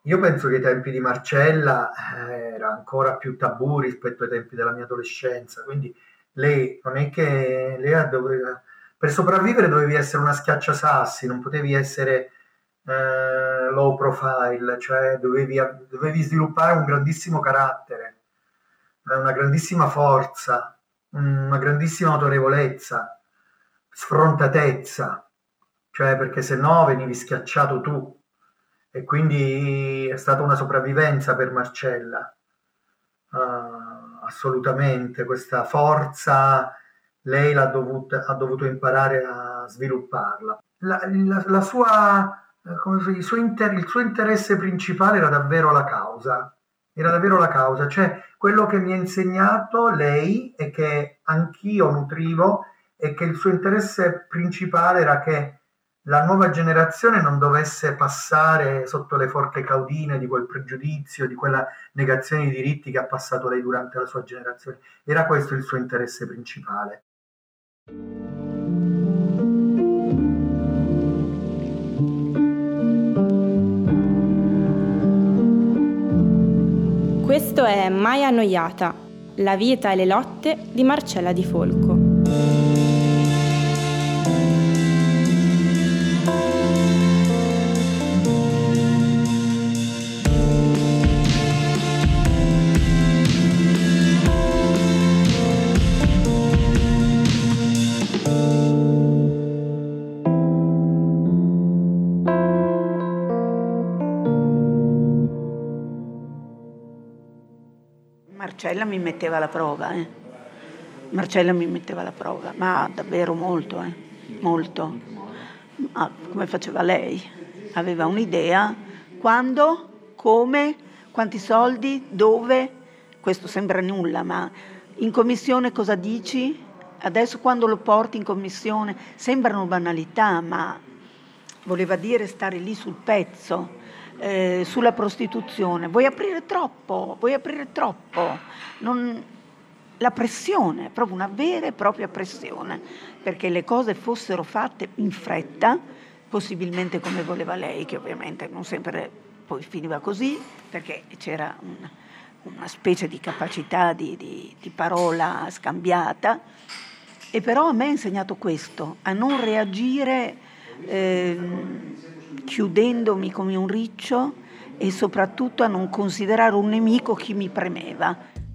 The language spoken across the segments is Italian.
Io penso che ai tempi di Marcella era ancora più tabù rispetto ai tempi della mia adolescenza, quindi lei non è che per sopravvivere dovevi essere una schiacciasassi, non potevi essere low profile, cioè dovevi sviluppare un grandissimo carattere, una grandissima forza, una grandissima autorevolezza, sfrontatezza, cioè perché se no venivi schiacciato tu. E quindi è stata una sopravvivenza per Marcella. Assolutamente, questa forza lei ha dovuto imparare a svilupparla. La sua, il suo interesse principale era davvero la causa, cioè quello che mi ha insegnato lei e che anch'io nutrivo è che il suo interesse principale era che la nuova generazione non dovesse passare sotto le forche caudine di quel pregiudizio, di quella negazione di diritti che ha passato lei durante la sua generazione. Era questo il suo interesse principale. Questo è Mai annoiata, la vita e le lotte di Marcella Di Folco. Marcella mi metteva alla prova, Marcella mi metteva alla prova, ma davvero molto, molto. Ma come faceva lei? Aveva un'idea, quando, come, quanti soldi, dove, questo sembra nulla, ma in commissione cosa dici? Adesso quando lo porti in commissione sembrano banalità, ma voleva dire stare lì sul pezzo. Sulla prostituzione, vuoi aprire troppo, la pressione, proprio una vera e propria pressione, perché le cose fossero fatte in fretta, possibilmente come voleva lei, che ovviamente non sempre poi finiva così, perché c'era una specie di capacità di parola scambiata, e però a me ha insegnato questo, a non reagire chiudendomi come un riccio e soprattutto a non considerare un nemico chi mi premeva.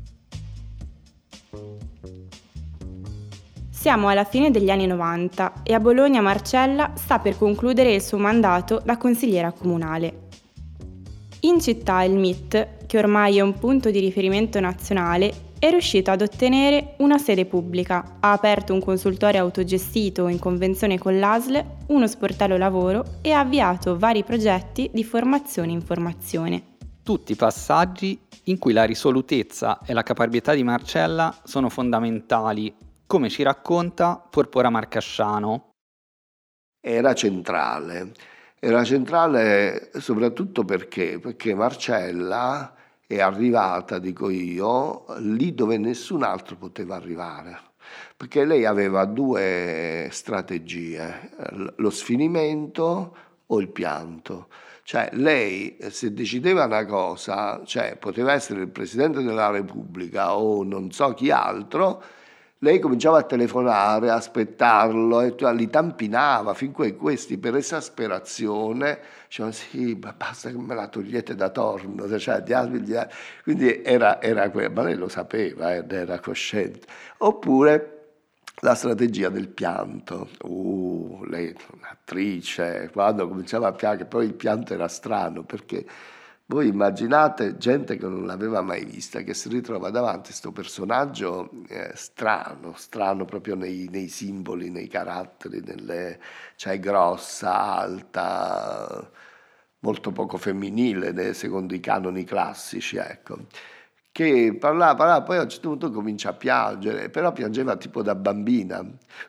Siamo alla fine degli anni 90 e a Bologna Marcella sta per concludere il suo mandato da consigliera comunale. In città il MIT, che ormai è un punto di riferimento nazionale, è riuscito ad ottenere una sede pubblica, ha aperto un consultorio autogestito in convenzione con l'ASL, uno sportello lavoro e ha avviato vari progetti di formazione e informazione. Tutti passaggi in cui la risolutezza e la caparbietà di Marcella sono fondamentali, come ci racconta Porpora Marcasciano. Era centrale soprattutto perché Marcella è arrivata, dico io, lì dove nessun altro poteva arrivare, perché lei aveva due strategie, lo sfinimento o il pianto. Cioè lei, se decideva una cosa, cioè poteva essere il Presidente della Repubblica o non so chi altro, lei cominciava a telefonare, a aspettarlo, e li tampinava finché questi, per esasperazione, dicevano sì, basta che me la togliete da torno, cioè, quindi era ma lei lo sapeva ed era cosciente. Oppure la strategia del pianto. Lei, un'attrice, quando cominciava a piangere, poi il pianto era strano, perché voi immaginate gente che non l'aveva mai vista, che si ritrova davanti a questo personaggio strano proprio nei simboli, nei caratteri, cioè grossa, alta, molto poco femminile, secondo i canoni classici, ecco. Che parlava, poi a un certo punto comincia a piangere, però piangeva tipo da bambina.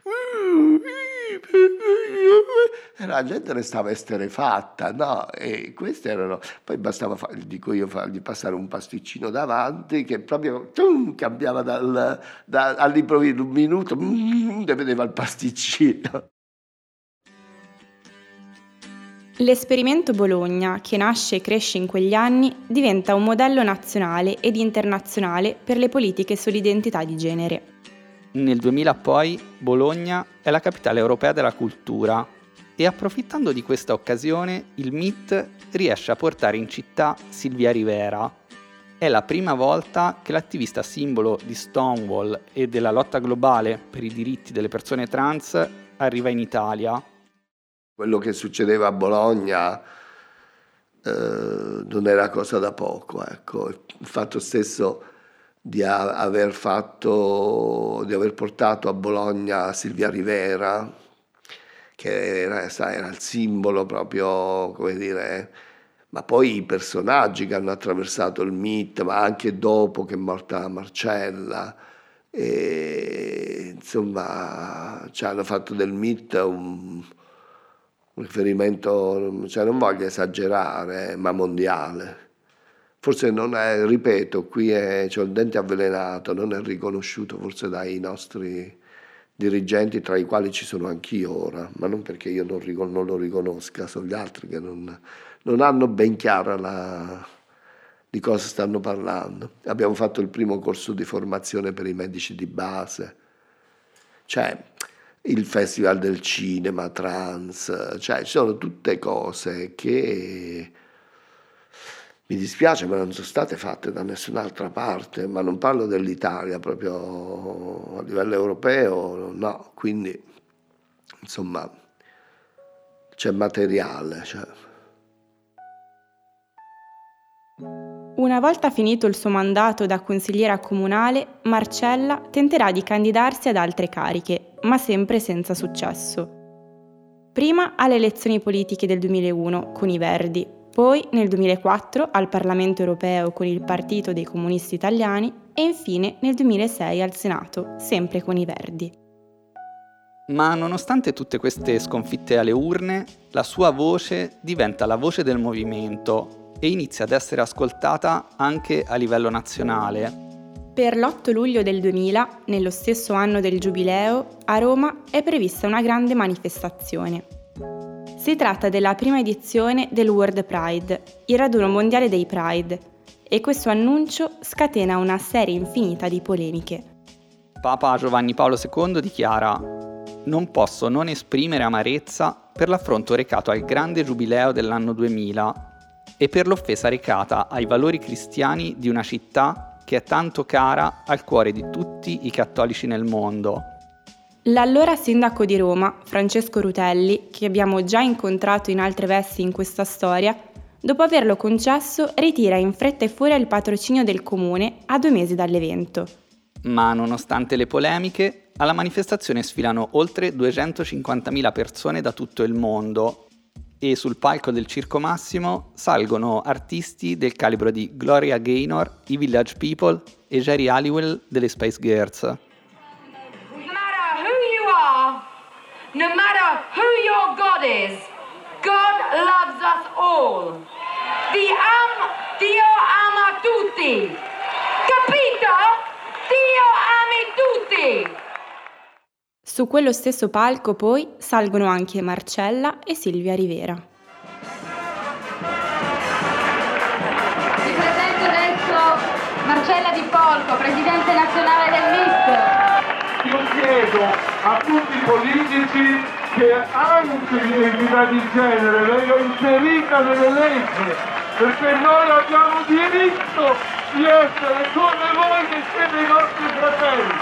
E la gente restava esterrefatta, no? E queste erano. Poi bastava, fargli passare un pasticcino davanti che proprio cambiava all'improvviso, un minuto, e vedeva il pasticcino. L'esperimento Bologna, che nasce e cresce in quegli anni, diventa un modello nazionale ed internazionale per le politiche sull'identità di genere. Nel 2000 poi Bologna è la capitale europea della cultura e approfittando di questa occasione il MIT riesce a portare in città Silvia Rivera. È la prima volta che l'attivista simbolo di Stonewall e della lotta globale per i diritti delle persone trans arriva in Italia. Quello che succedeva a Bologna non era cosa da poco, ecco. Il fatto stesso di aver portato a Bologna Silvia Rivera, che era il simbolo proprio, come dire, ma poi i personaggi che hanno attraversato il MIT, ma anche dopo che è morta Marcella, e, insomma, hanno fatto del MIT un riferimento, cioè non voglio esagerare, ma mondiale. Forse non è, ripeto, qui c'è il dente avvelenato, non è riconosciuto forse dai nostri dirigenti, tra i quali ci sono anch'io ora, ma non perché io non lo riconosca, sono gli altri che non hanno ben chiara di cosa stanno parlando. Abbiamo fatto il primo corso di formazione per i medici di base, cioè il Festival del Cinema Trans, cioè ci sono tutte cose che mi dispiace ma non sono state fatte da nessun'altra parte, ma non parlo dell'Italia, proprio a livello europeo, no, quindi insomma c'è materiale. Una volta finito il suo mandato da consigliera comunale, Marcella tenterà di candidarsi ad altre cariche, ma sempre senza successo. Prima alle elezioni politiche del 2001 con i Verdi, poi nel 2004 al Parlamento europeo con il Partito dei Comunisti Italiani e infine nel 2006 al Senato, sempre con i Verdi. Ma nonostante tutte queste sconfitte alle urne, la sua voce diventa la voce del movimento e inizia ad essere ascoltata anche a livello nazionale. Per l'8 luglio del 2000, nello stesso anno del Giubileo, a Roma è prevista una grande manifestazione. Si tratta della prima edizione del World Pride, il raduno mondiale dei Pride, e questo annuncio scatena una serie infinita di polemiche. Papa Giovanni Paolo II dichiara: «Non posso non esprimere amarezza per l'affronto recato al grande Giubileo dell'anno 2000 e per l'offesa recata ai valori cristiani di una città che è tanto cara al cuore di tutti i cattolici nel mondo». L'allora sindaco di Roma, Francesco Rutelli, che abbiamo già incontrato in altre vesti in questa storia, dopo averlo concesso ritira in fretta e furia il patrocinio del comune a 2 mesi dall'evento. Ma nonostante le polemiche, alla manifestazione sfilano oltre 250.000 persone da tutto il mondo e sul palco del Circo Massimo salgono artisti del calibro di Gloria Gaynor, i Village People e Geri Halliwell delle Spice Girls. No matter who your God is, God loves us all. Dio ama tutti. Capito? Dio ami tutti. Su quello stesso palco poi salgono anche Marcella e Silvia Rivera. Vi presento adesso Marcella Di Folco, presidente nazionale del MIT. Io chiedo a tutti i politici che anche l'identità di genere venga inserita nelle leggi, perché noi abbiamo diritto di essere come voi che siete i nostri fratelli.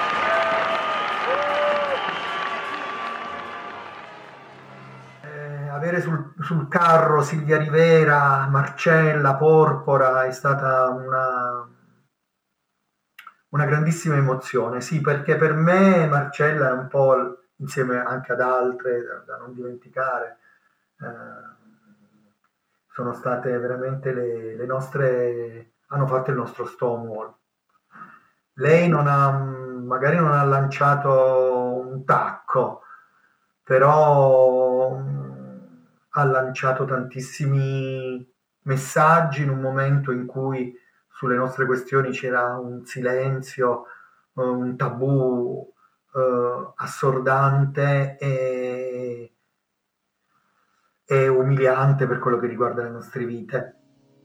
Avere sul carro Silvia Rivera, Marcella, Porpora è stata una grandissima emozione, sì, perché per me Marcella è un po', insieme anche ad altre da non dimenticare, sono state veramente le nostre, hanno fatto il nostro Stonewall. Lei magari non ha lanciato un tacco, però ha lanciato tantissimi messaggi in un momento in cui sulle nostre questioni c'era un silenzio, un tabù e umiliante per quello che riguarda le nostre vite.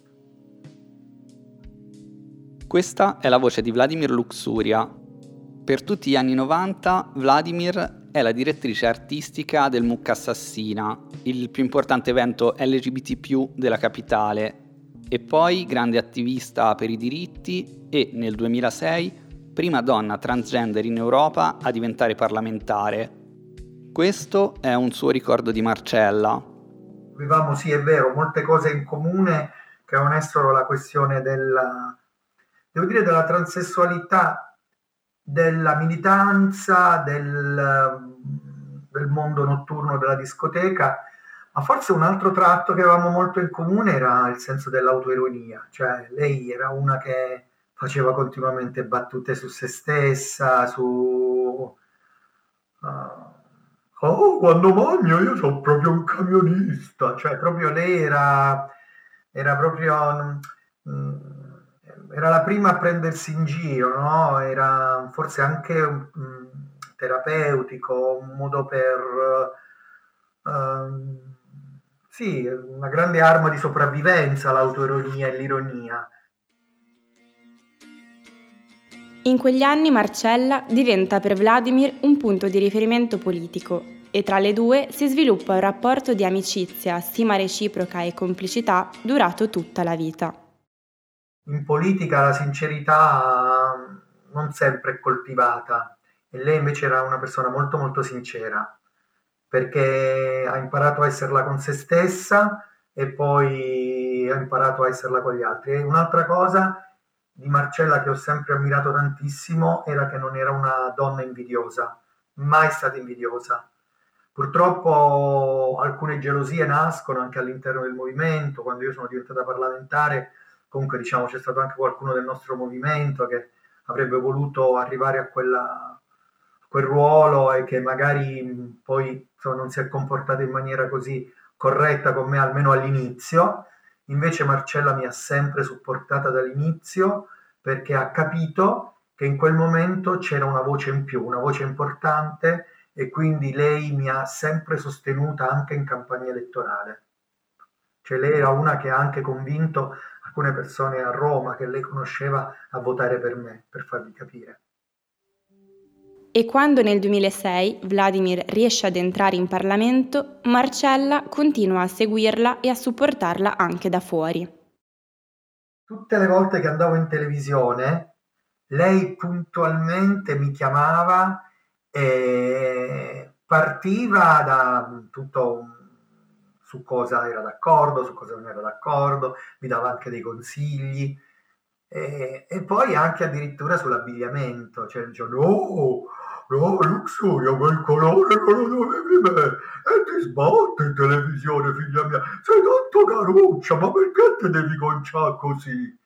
Questa è la voce di Vladimir Luxuria. Per tutti gli anni 90 Vladimir è la direttrice artistica del MUC Assassina, il più importante evento LGBT+ della capitale, e poi grande attivista per i diritti e nel 2006 prima donna transgender in Europa a diventare parlamentare. Questo è un suo ricordo di Marcella. Avevamo, sì è vero, molte cose in comune che non è solo la questione della transessualità, della militanza, del mondo notturno della discoteca, ma forse un altro tratto che avevamo molto in comune era il senso dell'autoironia, cioè lei era una che faceva continuamente battute su se stessa, quando bagno io sono proprio un camionista, cioè proprio lei era proprio... era la prima a prendersi in giro, no? Era forse anche terapeutico, un modo per... sì, una grande arma di sopravvivenza, l'autoironia e l'ironia. In quegli anni Marcella diventa per Vladimir un punto di riferimento politico e tra le due si sviluppa un rapporto di amicizia, stima reciproca e complicità durato tutta la vita. In politica la sincerità non sempre è coltivata e lei invece era una persona molto molto sincera, perché ha imparato a esserla con se stessa e poi ha imparato a esserla con gli altri. E un'altra cosa di Marcella che ho sempre ammirato tantissimo era che non era una donna invidiosa, mai stata invidiosa. Purtroppo alcune gelosie nascono anche all'interno del movimento. Quando io sono diventata parlamentare, comunque diciamo c'è stato anche qualcuno del nostro movimento che avrebbe voluto arrivare a quel ruolo e che magari poi non si è comportata in maniera così corretta con me, almeno all'inizio. Invece Marcella mi ha sempre supportata dall'inizio perché ha capito che in quel momento c'era una voce in più, una voce importante, e quindi lei mi ha sempre sostenuta anche in campagna elettorale. Cioè lei era una che ha anche convinto alcune persone a Roma che lei conosceva a votare per me, per farvi capire. E quando nel 2006 Vladimir riesce ad entrare in Parlamento, Marcella continua a seguirla e a supportarla anche da fuori. Tutte le volte che andavo in televisione, lei puntualmente mi chiamava e partiva da tutto su cosa era d'accordo, su cosa non era d'accordo, mi dava anche dei consigli e poi anche addirittura sull'abbigliamento, cioè diceva no, Luxuria, quel colore non lo dovevi mettere e ti sbatte in televisione, figlia mia, sei tanto caruccia, ma perché te devi conciare così?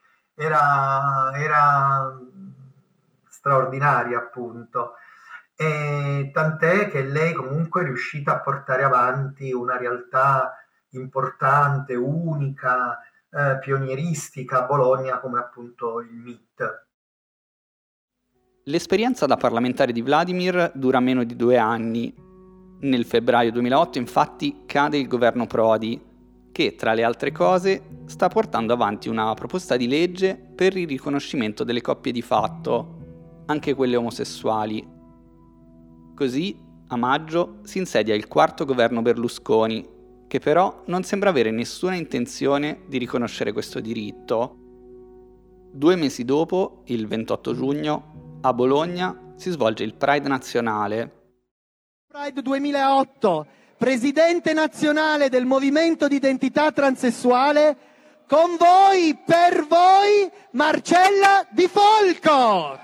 Era straordinaria, appunto. E tant'è che lei comunque è riuscita a portare avanti una realtà importante, unica, pionieristica a Bologna come appunto il MIT. L'esperienza da parlamentare di Vladimir dura meno di 2 anni. Nel febbraio 2008 infatti cade il governo Prodi, che tra le altre cose sta portando avanti una proposta di legge per il riconoscimento delle coppie di fatto, anche quelle omosessuali. Così, a maggio, si insedia il 4º governo Berlusconi, che però non sembra avere nessuna intenzione di riconoscere questo diritto. 2 mesi dopo, il 28 giugno, a Bologna si svolge il Pride nazionale. Pride 2008, presidente nazionale del movimento di identità transessuale, con voi, per voi, Marcella Di Folco!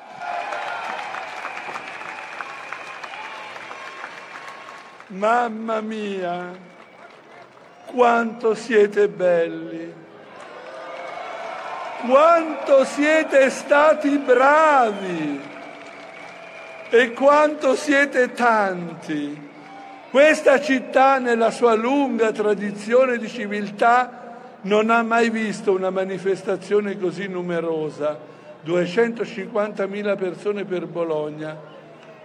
Mamma mia, quanto siete belli, quanto siete stati bravi e quanto siete tanti. Questa città, nella sua lunga tradizione di civiltà, non ha mai visto una manifestazione così numerosa, 250.000 persone per Bologna.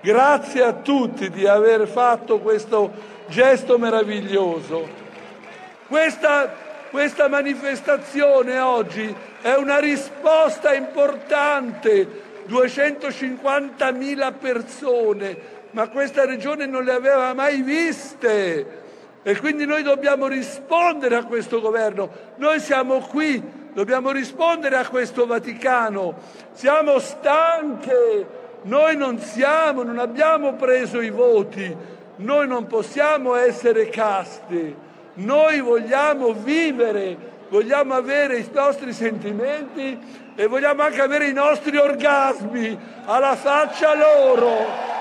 Grazie a tutti di aver fatto questo gesto meraviglioso. Questa manifestazione oggi è una risposta importante, 250.000 persone, ma questa regione non le aveva mai viste e quindi noi dobbiamo rispondere a questo governo. Noi siamo qui, dobbiamo rispondere a questo Vaticano. Siamo stanche, noi non abbiamo preso i voti, noi non possiamo essere casti. Noi vogliamo vivere, vogliamo avere i nostri sentimenti e vogliamo anche avere i nostri orgasmi alla faccia loro.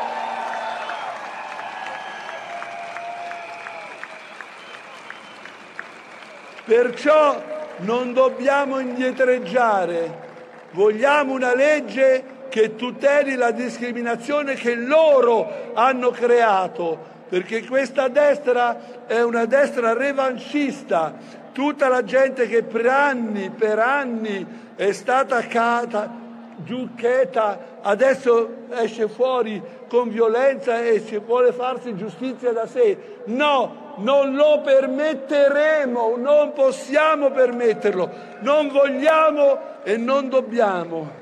Perciò non dobbiamo indietreggiare, vogliamo una legge che tuteli la discriminazione che loro hanno creato. Perché questa destra è una destra revanchista. Tutta la gente che per anni è stata giuccheta, adesso esce fuori con violenza e si vuole farsi giustizia da sé. No, non lo permetteremo, non possiamo permetterlo, non vogliamo e non dobbiamo.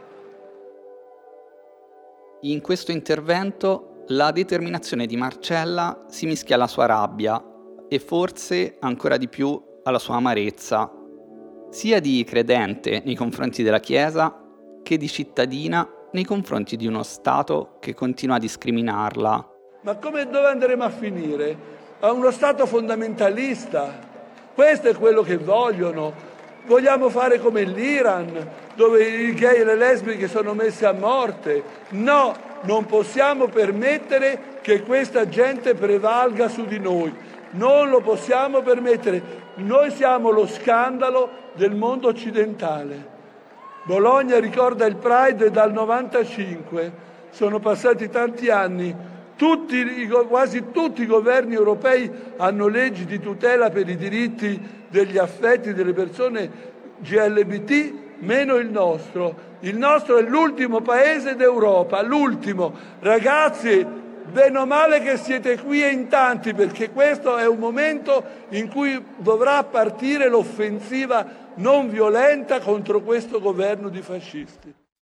In questo intervento la determinazione di Marcella si mischia alla sua rabbia e forse ancora di più alla sua amarezza, sia di credente nei confronti della Chiesa che di cittadina nei confronti di uno Stato che continua a discriminarla. Ma dove andremo a finire? A uno Stato fondamentalista. Questo è quello che vogliono. Vogliamo fare come l'Iran, dove i gay e le lesbiche sono messi a morte. No, non possiamo permettere che questa gente prevalga su di noi. Non lo possiamo permettere. Noi siamo lo scandalo del mondo occidentale. Bologna ricorda il Pride dal 95. Sono passati tanti anni. Quasi tutti i governi europei hanno leggi di tutela per i diritti degli affetti delle persone GLBT, meno il nostro. Il nostro è l'ultimo paese d'Europa, l'ultimo. Ragazzi, bene o male che siete qui e in tanti, perché questo è un momento in cui dovrà partire l'offensiva non violenta contro questo governo di fascisti.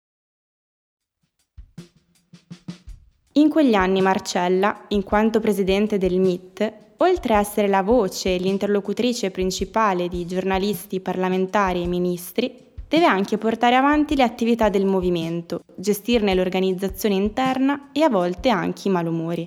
In quegli anni Marcella, in quanto presidente del MIT, oltre a essere la voce e l'interlocutrice principale di giornalisti, parlamentari e ministri, deve anche portare avanti le attività del movimento, gestirne l'organizzazione interna e a volte anche i malumori.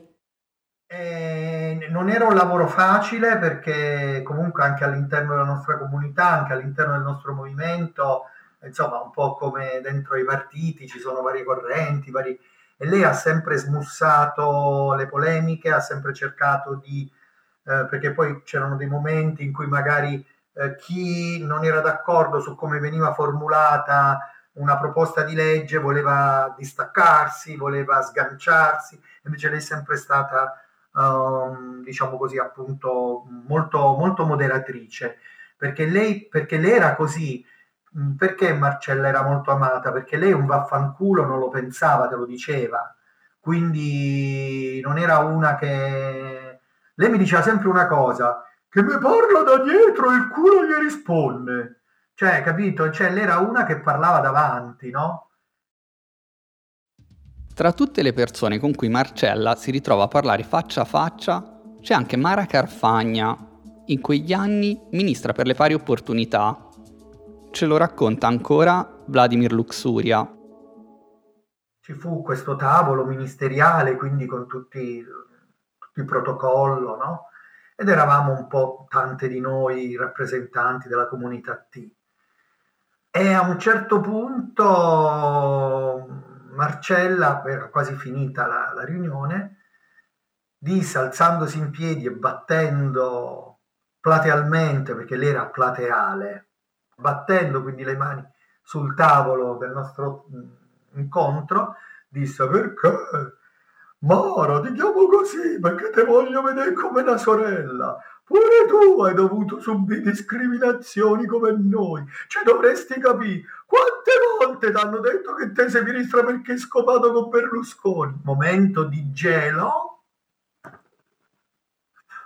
Non era un lavoro facile perché comunque anche all'interno della nostra comunità, anche all'interno del nostro movimento, insomma un po' come dentro i partiti ci sono varie correnti, e lei ha sempre smussato le polemiche, ha sempre cercato di, perché poi c'erano dei momenti in cui magari chi non era d'accordo su come veniva formulata una proposta di legge voleva distaccarsi, voleva sganciarsi, invece lei è sempre stata, diciamo così, appunto, molto, molto moderatrice, perché lei era così. Perché Marcella era molto amata? Perché lei un vaffanculo non lo pensava, te lo diceva, quindi non era una che... Lei mi diceva sempre una cosa, che mi parla da dietro e il culo gli risponde, cioè, capito? Cioè, lei era una che parlava davanti, no? Tra tutte le persone con cui Marcella si ritrova a parlare faccia a faccia c'è anche Mara Carfagna, in quegli anni ministra per le pari opportunità. Ce lo racconta ancora Vladimir Luxuria. Ci fu questo tavolo ministeriale, quindi con tutti il protocollo, no? Ed eravamo un po' tante di noi rappresentanti della comunità T. E a un certo punto Marcella, era quasi finita la riunione, disse, alzandosi in piedi e battendo platealmente, perché lei era plateale, battendo quindi le mani sul tavolo del nostro incontro, disse: perché? Mara, ti chiamo così perché te voglio vedere come una sorella. Pure tu hai dovuto subire discriminazioni come noi. Cioè, dovresti capire. Quante volte ti hanno detto che te sei ministra perché hai scopato con Berlusconi? Momento di gelo.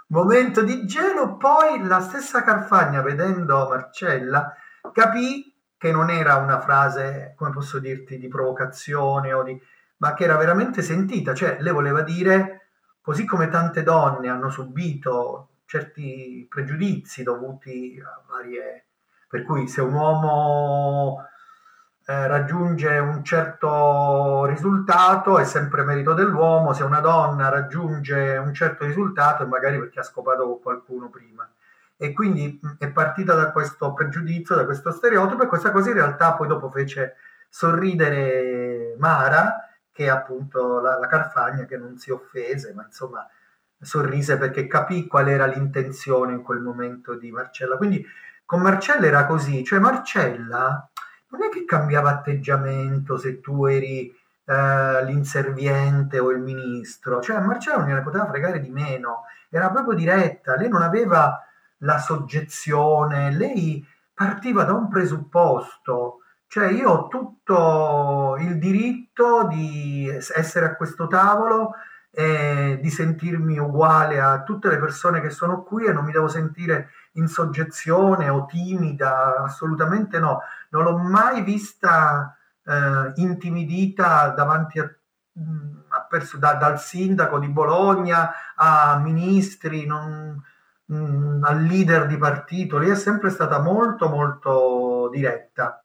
momento di gelo. Poi la stessa Carfagna, vedendo Marcella, capì che non era una frase, come posso dirti, di provocazione ma che era veramente sentita, cioè lei voleva dire, così come tante donne hanno subito certi pregiudizi dovuti a varie, per cui se un uomo raggiunge un certo risultato è sempre merito dell'uomo, se una donna raggiunge un certo risultato è magari perché ha scopato con qualcuno prima. E quindi è partita da questo pregiudizio, da questo stereotipo, e questa cosa in realtà poi dopo fece sorridere Mara, che è appunto la Carfagna, che non si offese, ma insomma sorrise perché capì qual era l'intenzione in quel momento di Marcella. Quindi con Marcella era così, cioè Marcella non è che cambiava atteggiamento se tu eri l'inserviente o il ministro, cioè a Marcella non gliene poteva fregare di meno, era proprio diretta, lei non aveva la soggezione, lei partiva da un presupposto, cioè io ho tutto il diritto di essere a questo tavolo e di sentirmi uguale a tutte le persone che sono qui e non mi devo sentire in soggezione o timida, assolutamente no, non l'ho mai vista intimidita davanti dal sindaco di Bologna a ministri, al leader di partito, lei è sempre stata molto molto diretta.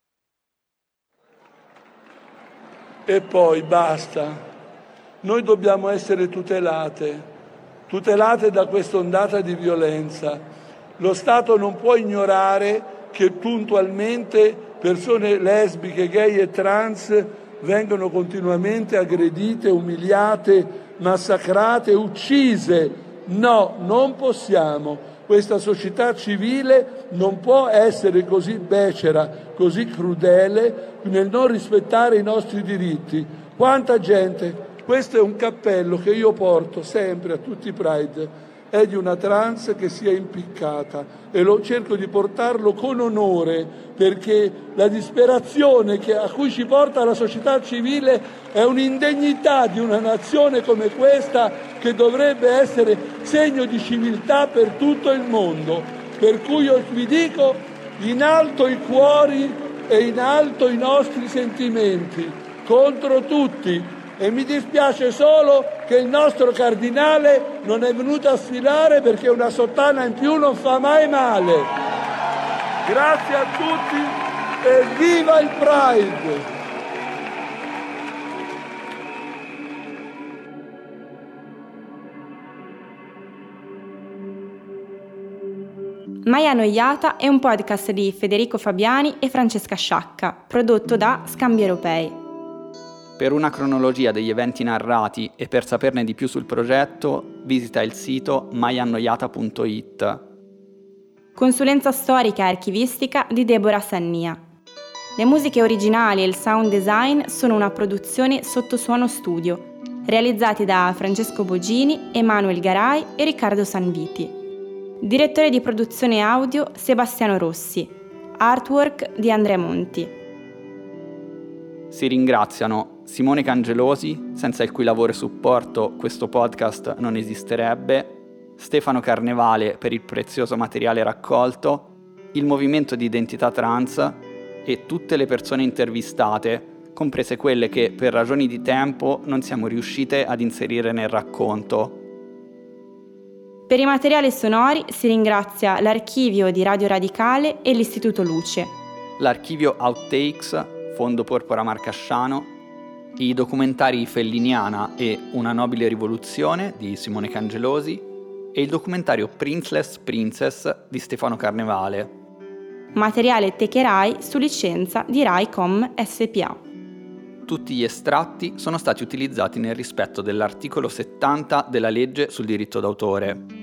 E poi basta, noi dobbiamo essere tutelate da questa ondata di violenza. Lo Stato non può ignorare che puntualmente persone lesbiche, gay e trans vengono continuamente aggredite, umiliate, massacrate, uccise. No, non possiamo. Questa società civile non può essere così becera, così crudele nel non rispettare i nostri diritti. Quanta gente, questo è un cappello che io porto sempre a tutti i Pride, è di una trans che si è impiccata e cerco di portarlo con onore, perché la disperazione a cui ci porta la società civile è un'indegnità di una nazione come questa, che dovrebbe essere segno di civiltà per tutto il mondo. Per cui io vi dico, in alto i cuori e in alto i nostri sentimenti contro tutti. E mi dispiace solo che il nostro cardinale non è venuto a sfilare, perché una sottana in più non fa mai male. Grazie a tutti e viva il Pride! Mai Annoiata è un podcast di Federico Fabiani e Francesca Sciacca, prodotto da Scambi Europei. Per una cronologia degli eventi narrati e per saperne di più sul progetto, visita il sito maiannoiata.it. Consulenza storica e archivistica di Deborah Sannia. Le musiche originali e il sound design sono una produzione Sottosuono Studio, realizzati da Francesco Bogini, Emanuel Garai e Riccardo Sanviti. Direttore di produzione audio Sebastiano Rossi. Artwork di Andrea Monti. Si ringraziano Simone Cangelosi, senza il cui lavoro e supporto questo podcast non esisterebbe, Stefano Carnevale per il prezioso materiale raccolto, il movimento di identità trans e tutte le persone intervistate, comprese quelle che per ragioni di tempo non siamo riuscite ad inserire nel racconto. Per i materiali sonori si ringrazia l'Archivio di Radio Radicale e l'Istituto Luce. L'archivio Outtakes, Fondo Porpora Marcasciano, i documentari Felliniana e Una nobile rivoluzione di Simone Cangelosi e il documentario Princeless Princess di Stefano Carnevale. Materiale Techerai su licenza di Raicom SPA. Tutti gli estratti sono stati utilizzati nel rispetto dell'articolo 70 della legge sul diritto d'autore.